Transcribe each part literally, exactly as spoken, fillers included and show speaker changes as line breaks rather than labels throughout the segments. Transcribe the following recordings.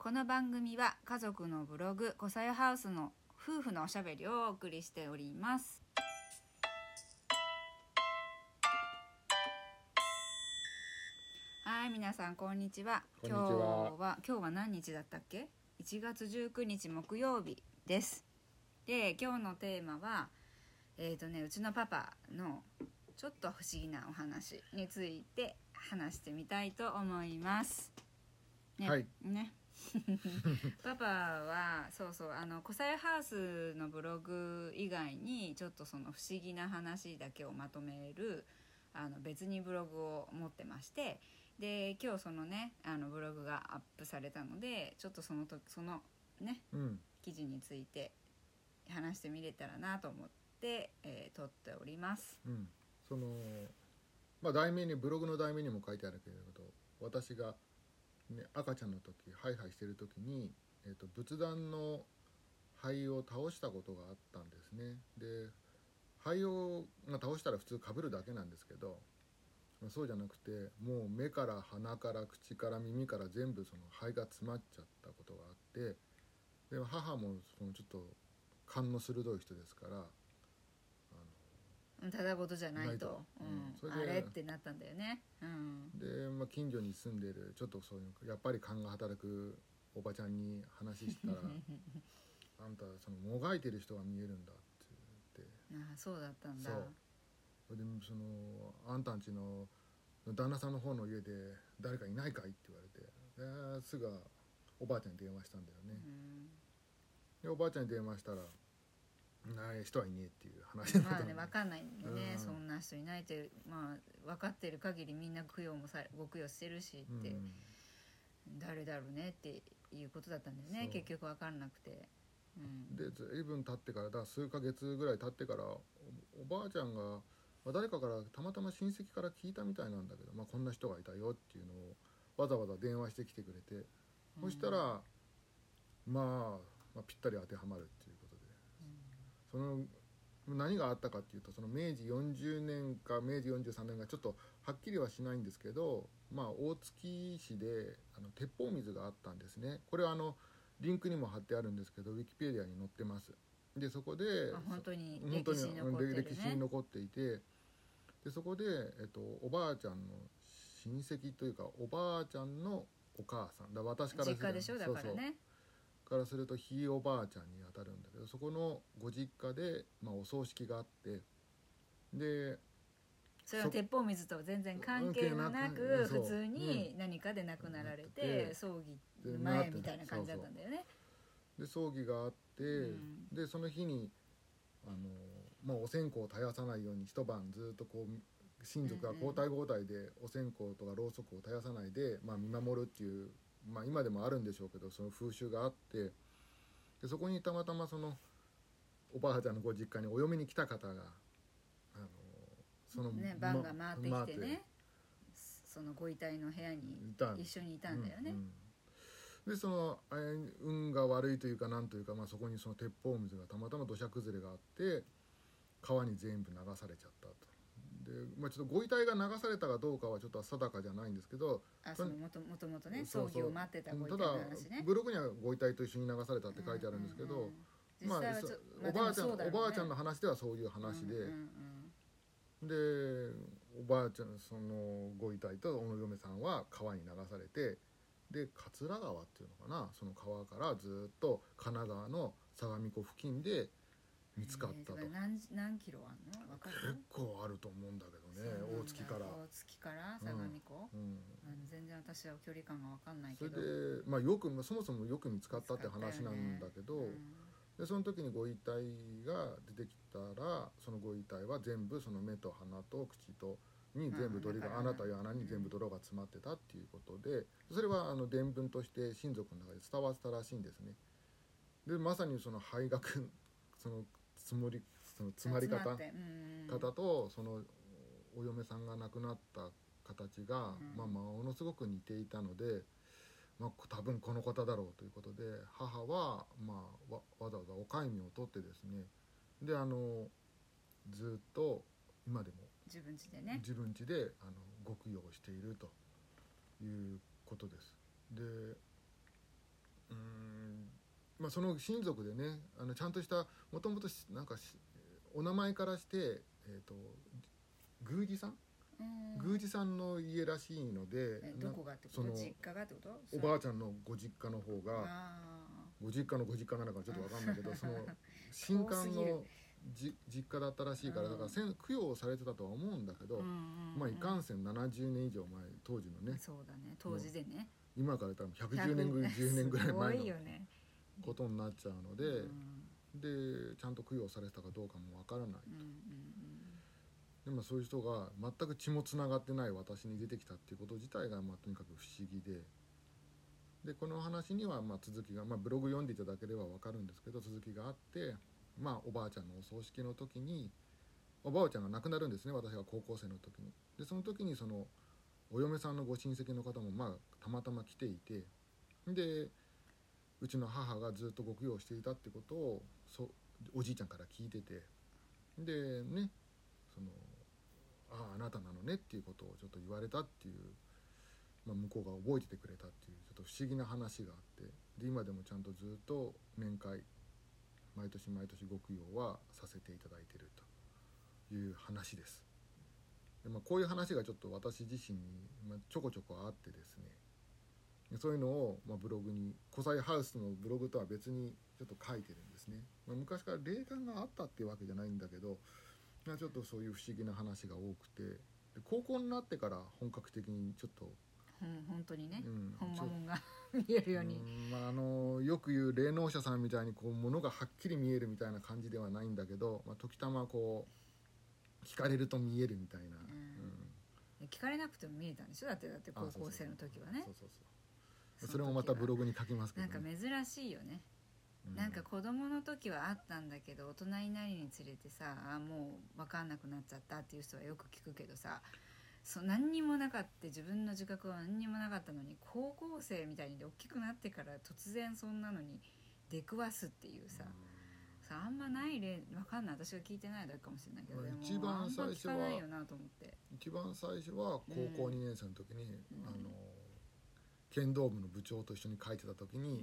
この番組は家族のブログこさよハウスの夫婦のおしゃべりをお送りしております。はい、皆さんこんにちは。
こんにちは。
今日は今日は何日だったっけ？いちがつじゅうくにち木曜日です。で、今日のテーマはえーとねうちのパパのちょっと不思議なお話について話してみたいと思います。ね、
はい
ねパパはそうそうあのこさよハウスのブログ以外にちょっとその不思議な話だけをまとめるあの別にブログを持ってまして、で今日そのねあのブログがアップされたのでちょっとそのとそのね、
うん、
記事について話してみれたらなと思って、えー、撮っております。
うん、そのまあ題名にブログの題名にも書いてあるけれど、私がね、赤ちゃんの時ハイハイしてる時に、えー、と仏壇の灰を倒したことがあったんですね。で灰をが倒したら普通かぶるだけなんですけど、そうじゃなくてもう目から鼻から口から耳から全部その灰が詰まっちゃったことがあって、で母もそのちょっと勘の鋭い人ですから、
ただごとじゃないと、
ないと
うん
うんそれで
あれってなったんだよね、うん、
で、まあ、近所に住んでるちょっとそういうやっぱり勘が働くおばちゃんに話したらあんたそのもがいてる人が見えるんだって言って、
ああそうだったんだ。
そうでそのあんたんちの旦那さんの方の家で誰かいないかいって言われて、ですぐおばあちゃんに電話したんだよね、
うん、
でおばあちゃんに電話したらない人はいねえっていう話だったの。
まあね分かんないんでね、
うん、
そんな人いないって、まあ、分かってる限りみんな供養もさご供養してるしって、うん、誰だろうねっていうことだったんだよね結局分かんなくて、うん、
で随分経ってからだから数ヶ月ぐらい経ってから お, おばあちゃんが、まあ、誰かからたまたま親戚から聞いたみたいなんだけど、まあ、こんな人がいたよっていうのをわざわざ電話してきてくれて、うん、そしたら、まあ、まあぴったり当てはまるっていうことで、うん、その何があったかっていうと、その明治よんじゅうねんか明治よんじゅうさんねんかちょっとはっきりはしないんですけど、まあ、大月市であの鉄砲水があったんですね。これはあのリンクにも貼ってあるんですけどウィキペディアに載ってます。でそこで
本当に歴史に残ってるね、
歴史に残っていて、でそこで、えっと、おばあちゃんの親戚というかおばあちゃんのお母さんだ、私からする
実家でしょだからね、そうそう
からするとひいおばあちゃんにあたるんだけど、そこのご実家で、まあ、お葬式があって、で
それは鉄砲水と全然関係もなく普通に何かで亡くなられて、葬儀前みたいな感じだったんだよね。
で葬儀があって、うん、でその日にあの、まあ、お線香を絶やさないように一晩ずっとこう親族が交代交代でお線香とかろうそくを絶やさないで、まあ、見守るっていう、まあ、今でもあるんでしょうけどその風習があって、でそこにたまたまそのおばあちゃんのご実家にお嫁に来た方があの
その、ね、晩が回ってきてね、そのご遺体の部屋に一緒にいたんだよね、うんうん
でその運が悪いというかなんというか、まあ、そこにその鉄砲水がたまたま土砂崩れがあって川に全部流されちゃったと。で、まあ、ちょっとご遺体が流されたかどうかはちょっと定かじゃないんですけど、
あそのもともともとね葬儀を待ってたご遺体の話ね。
ただブログにはご遺体と一緒に流されたって書いてあるんですけど、まあおばあちゃん、おばあちゃんの話ではそういう話で、うんうんうん、でおばあちゃんそのご遺体とおの嫁さんは川に流されて、で桂川っていうのかな、その川からずっと神奈川の相模湖付近で見つかったと。
えー、何, 何キロあんの分かる？
結構あると思うんだけどね、大月から
大月から相模湖、うんうん、全然私は距離感が分かんないけど、
それで、まあ、よくそもそもよく見つかったって話なんだけど、ね、うん、でその時にご遺体が出てきたらそのご遺体は全部その目と鼻と口とに全部泥が、穴という穴に全部泥が詰まってたっていうことで、それはあの伝聞として親族の中で伝わってたらしいんですね。でまさにその肺がその積もりその詰まり方方とそのお嫁さんが亡くなった形が、まあ、ものすごく似ていたので、まあ、多分この方だろうということで母は、まあ、わ, わざわざお戒名を取ってですね、であのずっと今でも
自分家でね
自分家であのご供養しているということです。でまあ、その親族でねあのちゃんとしたもともとなんかお名前からして、えー、と宮司さん宮司さんの家らしいので、
どこがってこと？実家がってこと？
おばあちゃんのご実家の方がご実家のご実家なのかちょっと分かんないけどその新官のじ実家だったらしいから、だから供養されてたとは思うんだけど、まあいかんせんななじゅうねん以上前当時のね、
そうだね当時でね、
今から言ったらひゃくじゅうねんぐらいじゅうねんぐらい前のことになっちゃうので、でちゃんと供養されてたかどうかも分からないと。でもそういう人が全く血もつながってない私に出てきたっていうこと自体が、まあ、とにかく不思議で、でこの話にはまあ続きが、まあ、ブログ読んでいただければ分かるんですけど続きがあって、まあ、おばあちゃんのお葬式の時におばあちゃんが亡くなるんですね、私が高校生の時に。でその時にそのお嫁さんのご親戚の方もまあたまたま来ていて、でうちの母がずっとご供養していたってことをそおじいちゃんから聞いてて、でねそのあああなたなのねっていうことをちょっと言われたっていう、まあ、向こうが覚えててくれたっていうちょっと不思議な話があって、で今でもちゃんとずっと面会毎年毎年ご供養はさせていただいているという話です。で、まあ、こういう話がちょっと私自身に、まあ、ちょこちょこあってですね、そういうのを、まあ、ブログに湖西ハウスのブログとは別にちょっと書いてるんですね。まあ、昔から霊感があったっていうわけじゃないんだけど、まあ、ちょっとそういう不思議な話が多くて、で高校になってから本格的にちょっと、
うん、本当にね、
うん、
本物が見えるように、
うん、まあ、あのよく言う霊能者さんみたいにこう物がはっきり見えるみたいな感じではないんだけど、まあ、時たまこう聞かれると見えるみたいな、うん
うん、聞かれなくても見えたんでしょ、だってだって高校生の時はね。
そうそうそう、それもまたブログに書きますけど、ね、
なんか珍しいよね、うん、なんか子供の時はあったんだけど大人になりにつれてさあもう分かんなくなっちゃったっていう人はよく聞くけどさ、そう何にもなかった自分の自覚は何にもなかったのに高校生みたいに大きくなってから突然そんなのに出くわすっていうさ、うん、さあんまない例分かんない、私が聞いてないだけかもしれないけど、でも
一番最初は
あんま聞かないよなと思って、
一番最初は高校にねん生の時に、うん、あの剣道部の部長と一緒に書いてた時に、うん、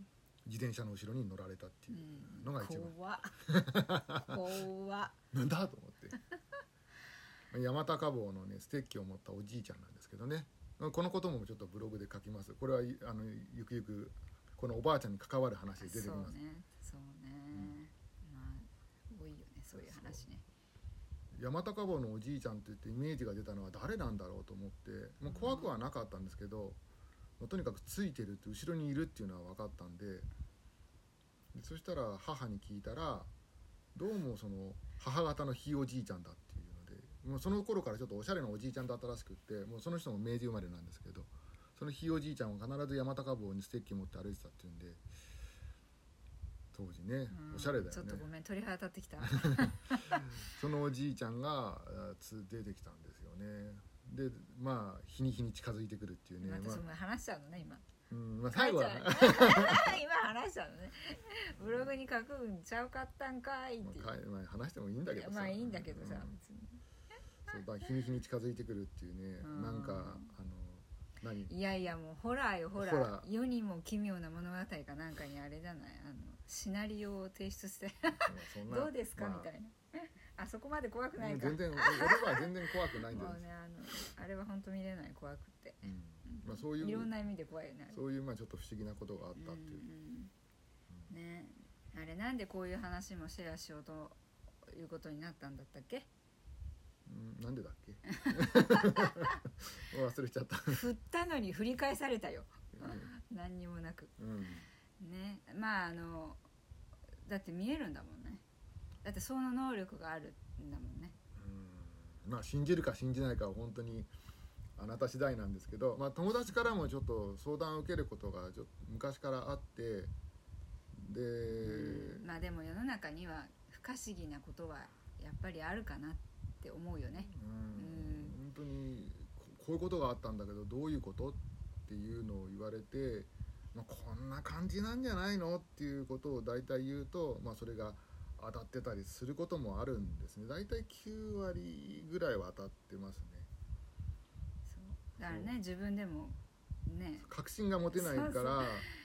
自転車の後ろに乗られたっていうのが一番、うん、怖っ怖っなんだと思って山高帽のねステッキを持ったおじいちゃんなんですけどね、このこともちょっとブログで書きます。これはあのゆくゆくこのおばあちゃんに関わる話で出てきます。
そうねそうね、うん、まあ多いよねそういう話ね。
山高帽のおじいちゃんって言ってイメージが出たのは誰なんだろうと思って、まあ、怖くはなかったんですけど、うん、とにかくついてるって後ろにいるっていうのは分かったん で, でそしたら母に聞いたらどうもその母方のひいおじいちゃんだっていうので、もうその頃からちょっとおしゃれなおじいちゃんだったらしくって、もうその人も明治生まれなんですけど、そのひいおじいちゃんは必ず山高帽にステッキ持って歩いてたっていうんで、当時ね、おしゃれだよね。
ちょっとごめん鳥肌立ってきた
そのおじいちゃんが出てきたんですよね。でまあ日に日に近づいてくるっていうね、
私も話しちゃうのね今、
うんまあ、最後は
今話しちゃうのねブログに書くんちゃうかったんかいっていう、
まあ、まあ話してもいいんだけどさ、
まあいいんだけどさ、
うん、別にそうだ日に日に近づいてくるっていうね、うん、なんかあの何
いやいやもうホラーよホラー、ホラー世にも奇妙な物語かなんかにあれじゃない、あのシナリオを提出してどうですか、まあ、みたいなあそこまで怖くないか、
全然俺は全然怖くないんだよ
もうねあのあれは本当見れない怖くて、
うんまあ、そういう
いろんな意味で怖いよね、
そういうまあちょっと不思議なことがあったっていう、
うんうん、ねあれなんでこういう話もシェアしようということになったんだったっけ、
うん、なんでだっけ忘れちゃった
振ったのに振り返されたよ、うん、何にもなく、うん、ねまああのだって見えるんだもんね、だってその能力があるんだもんね。
うんまあ信じるか信じないかは本当にあなた次第なんですけど、まあ、友達からもちょっと相談を受けることがちょっと昔からあって、で、
うん、まあでも世の中には不可思議なことはやっぱりあるかなって思うよね。
うん、うん、本当にこういうことがあったんだけどどういうことっていうのを言われて、まあ、こんな感じなんじゃないのっていうことを大体言うと、まあ、それが当たってたりすることもあるんですね。大体きゅうわりぐらいは当たってますね。
そうだからね自分でもね
確信が持てないから、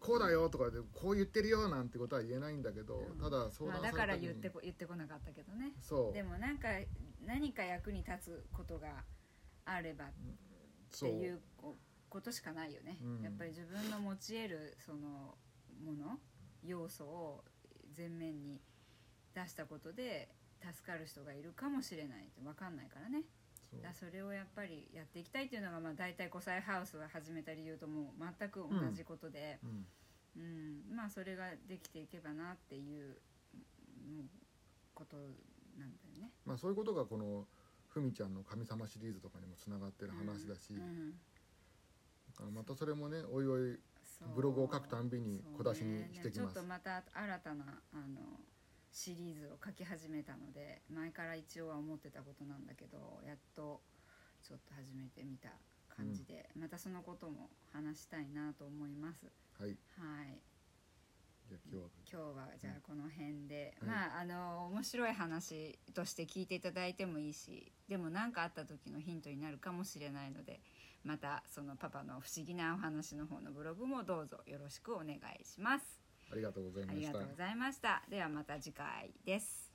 こうだよとかでこう言ってるよなんてことは言えないんだけど、うん、ただ相談された時に、まあ、
だから言ってこ言ってこなかったけどね。
そう
でもなんか何か役に立つことがあればっていうことしかないよね、うん、やっぱり自分の持ち得るそのもの要素を前面に出したことで助かる人がいるかもしれないって分かんないからね。だからそれをやっぱりやっていきたいっていうのが、まあ大体湖西ハウスを始めた理由とも全く同じことで、うんうんうん、まあそれができていけばなっていうことなんだよね。
まあそういうことがこのふみちゃんの神様シリーズとかにもつながってる話だし、うんうん、だからまたそれもねおいおいブログを書くたんびに小出しにしてきます。
ちょっとまた新たなあのシリーズを書き始めたので、前から一応は思ってたことなんだけど、やっとちょっと始めてみた感じで、うん、またそのことも話したいなと思います。
はい、
はい、
じゃあ今日は
今日はじゃあこの辺で、うん、まああの面白い話として聞いていただいてもいいし、でも何かあった時のヒントになるかもしれないので、またそのパパの不思議なお話の方のブログもどうぞよろしくお願いします。
ありがとうございました。
ありがとうございました。ではまた次回です。